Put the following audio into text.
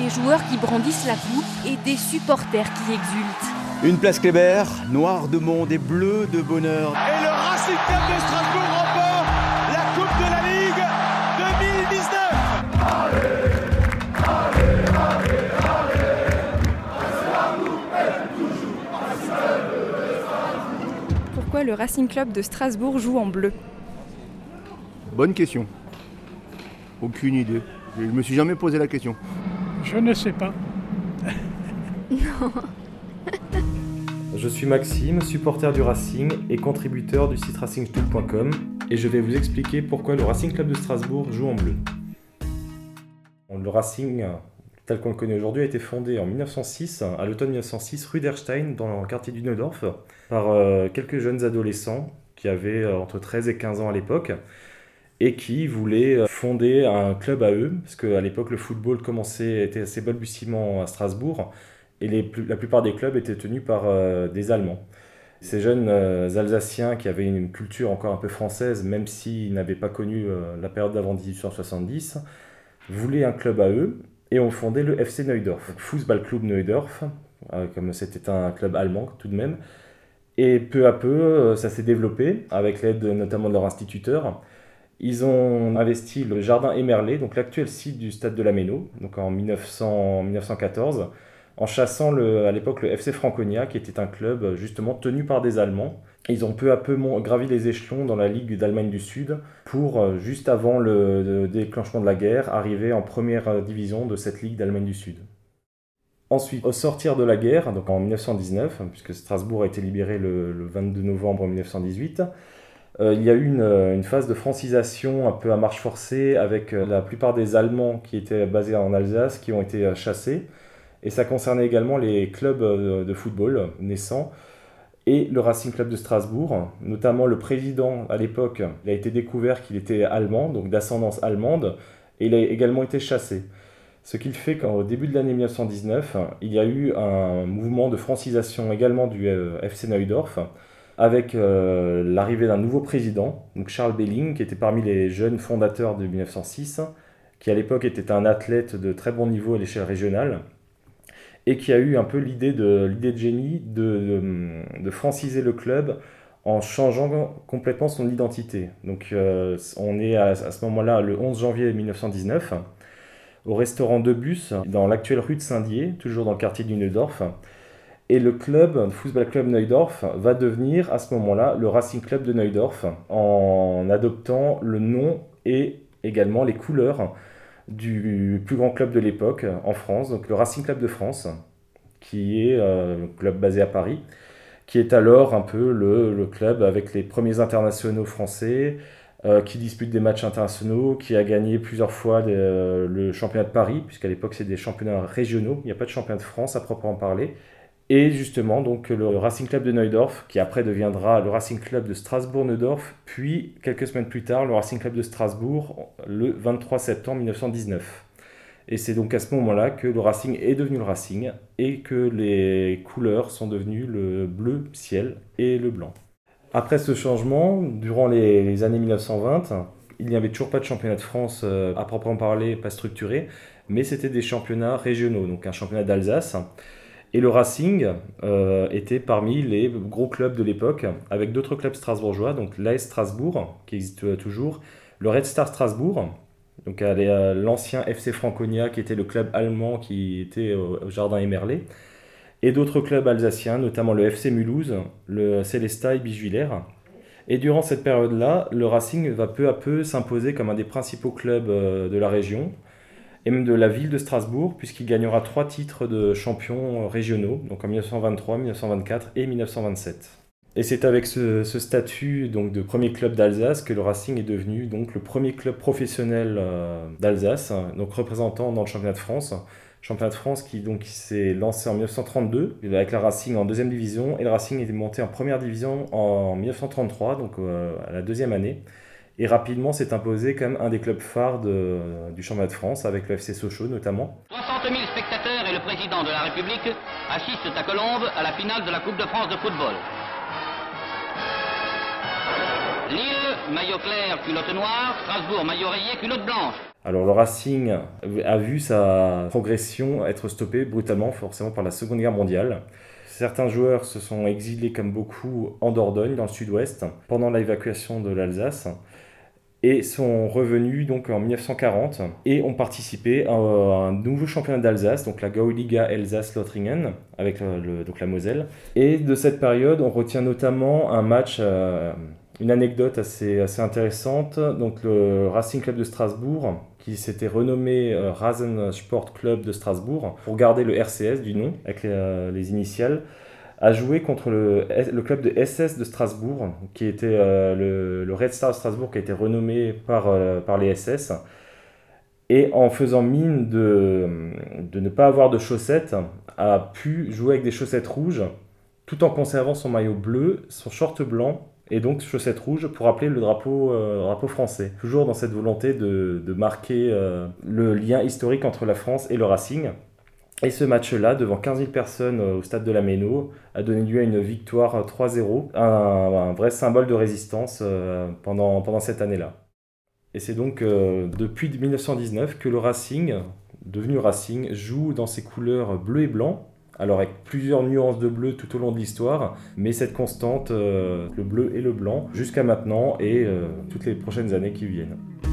des joueurs qui brandissent la coupe et des supporters qui exultent. Une place Kléber, noire de monde et bleue de bonheur. Et le Racing Club de Strasbourg remporte la Coupe de la Ligue 2019. Pourquoi le Racing Club de Strasbourg joue en bleu? Bonne question. Aucune idée. Je ne me suis jamais posé la question. Je ne sais pas. Non. Je suis Maxime, supporter du Racing et contributeur du site racingstool.com et je vais vous expliquer pourquoi le Racing Club de Strasbourg joue en bleu. Le Racing, tel qu'on le connaît aujourd'hui, a été fondé en 1906, à l'automne 1906, rue d'Erstein, dans le quartier du Neudorf, par quelques jeunes adolescents qui avaient entre 13 et 15 ans à l'époque et qui voulaient fonder un club à eux, parce qu'à l'époque le football était assez balbutiement à Strasbourg. Et la plupart des clubs étaient tenus par des Allemands. Ces jeunes Alsaciens qui avaient une culture encore un peu française, même s'ils n'avaient pas connu la période d'avant 1870, voulaient un club à eux et ont fondé le FC Neudorf, Fußballclub Neudorf, comme c'était un club allemand tout de même. Et peu à peu, ça s'est développé, avec l'aide notamment de leur instituteur. Ils ont investi le jardin Émerlé, donc l'actuel site du stade de la Méno, donc en 1914, en chassant à l'époque le FC Franconia, qui était un club justement tenu par des Allemands. Ils ont peu à peu gravi les échelons dans la Ligue d'Allemagne du Sud pour, juste avant le déclenchement de la guerre, arriver en première division de cette Ligue d'Allemagne du Sud. Ensuite, au sortir de la guerre, donc en 1919, puisque Strasbourg a été libéré le 22 novembre 1918, il y a eu une phase de francisation un peu à marche forcée avec la plupart des Allemands qui étaient basés en Alsace qui ont été chassés. Et ça concernait également les clubs de football naissants et le Racing Club de Strasbourg, notamment le président à l'époque. Il a été découvert qu'il était allemand, donc d'ascendance allemande, et il a également été chassé. Ce qui fait qu'au début de l'année 1919, il y a eu un mouvement de francisation également du FC Neudorf, avec l'arrivée d'un nouveau président, donc Charles Belling, qui était parmi les jeunes fondateurs de 1906, qui à l'époque était un athlète de très bon niveau à l'échelle régionale, et qui a eu un peu l'idée de génie de franciser le club en changeant complètement son identité. Donc on est à ce moment-là, le 11 janvier 1919, au restaurant De Bus, dans l'actuelle rue de Saint-Dié, toujours dans le quartier du Neudorf. Et le club, Fußballclub Neudorf, va devenir à ce moment-là le Racing Club de Neudorf, en adoptant le nom et également les couleurs du plus grand club de l'époque en France, donc le Racing Club de France, qui est un club basé à Paris, qui est alors un peu le club avec les premiers internationaux français, qui dispute des matchs internationaux, qui a gagné plusieurs fois le championnat de Paris, puisqu'à l'époque c'est des championnats régionaux, il n'y a pas de championnat de France à proprement parler. Et justement, donc, le Racing Club de Neudorf, qui après deviendra le Racing Club de Strasbourg-Neudorf, puis quelques semaines plus tard, le Racing Club de Strasbourg, le 23 septembre 1919. Et c'est donc à ce moment-là que le Racing est devenu le Racing et que les couleurs sont devenues le bleu ciel et le blanc. Après ce changement, durant les années 1920, il n'y avait toujours pas de championnat de France à proprement parler, pas structuré, mais c'était des championnats régionaux, donc un championnat d'Alsace. Et le Racing était parmi les gros clubs de l'époque, avec d'autres clubs strasbourgeois, donc l'AS Strasbourg, qui existe toujours, le Red Star Strasbourg, donc l'ancien FC Franconia, qui était le club allemand qui était au Jardin Émerlé, et d'autres clubs alsaciens, notamment le FC Mulhouse, le Célestat et Bijuiller. Et durant cette période-là, le Racing va peu à peu s'imposer comme un des principaux clubs de la région, et même de la ville de Strasbourg, puisqu'il gagnera 3 titres de champions régionaux, donc en 1923, 1924 et 1927. Et c'est avec ce statut donc, de premier club d'Alsace que le Racing est devenu donc, le premier club professionnel d'Alsace, donc représentant dans le championnat de France. Championnat de France qui s'est lancé en 1932, avec la Racing en deuxième division, et le Racing est monté en première division en 1933, donc à la deuxième année. Et rapidement s'est imposé comme un des clubs phares du championnat de France, avec le FC Sochaux notamment. 60 000 spectateurs et le président de la République assistent à Colombes à la finale de la Coupe de France de football. Lille maillot clair, culotte noire, Strasbourg, maillot rayé, culotte blanche. Alors le Racing a vu sa progression être stoppée brutalement, forcément par la Seconde Guerre mondiale. Certains joueurs se sont exilés comme beaucoup en Dordogne, dans le sud-ouest, pendant l'évacuation de l'Alsace, et sont revenus donc en 1940 et ont participé à un nouveau championnat d'Alsace, donc la Gauliga Elsass-Lothringen, avec donc la Moselle. Et de cette période, on retient notamment un match, une anecdote assez intéressante, donc le Racing Club de Strasbourg, qui s'était renommé Rasensport Club de Strasbourg, pour garder le RCS du nom, avec les initiales, a joué contre le club de SS de Strasbourg, qui était le Red Star de Strasbourg, qui a été renommé par les SS. Et en faisant mine de ne pas avoir de chaussettes, a pu jouer avec des chaussettes rouges, tout en conservant son maillot bleu, son short blanc, et donc chaussettes rouges pour rappeler le drapeau français. Toujours dans cette volonté de marquer le lien historique entre la France et le Racing. Et ce match-là, devant 15 000 personnes au stade de la Méno, a donné lieu à une victoire 3-0, un vrai symbole de résistance pendant cette année-là. Et c'est donc depuis 1919 que le Racing, devenu Racing, joue dans ses couleurs bleu et blanc, alors avec plusieurs nuances de bleu tout au long de l'histoire, mais cette constante, le bleu et le blanc, jusqu'à maintenant et toutes les prochaines années qui viennent.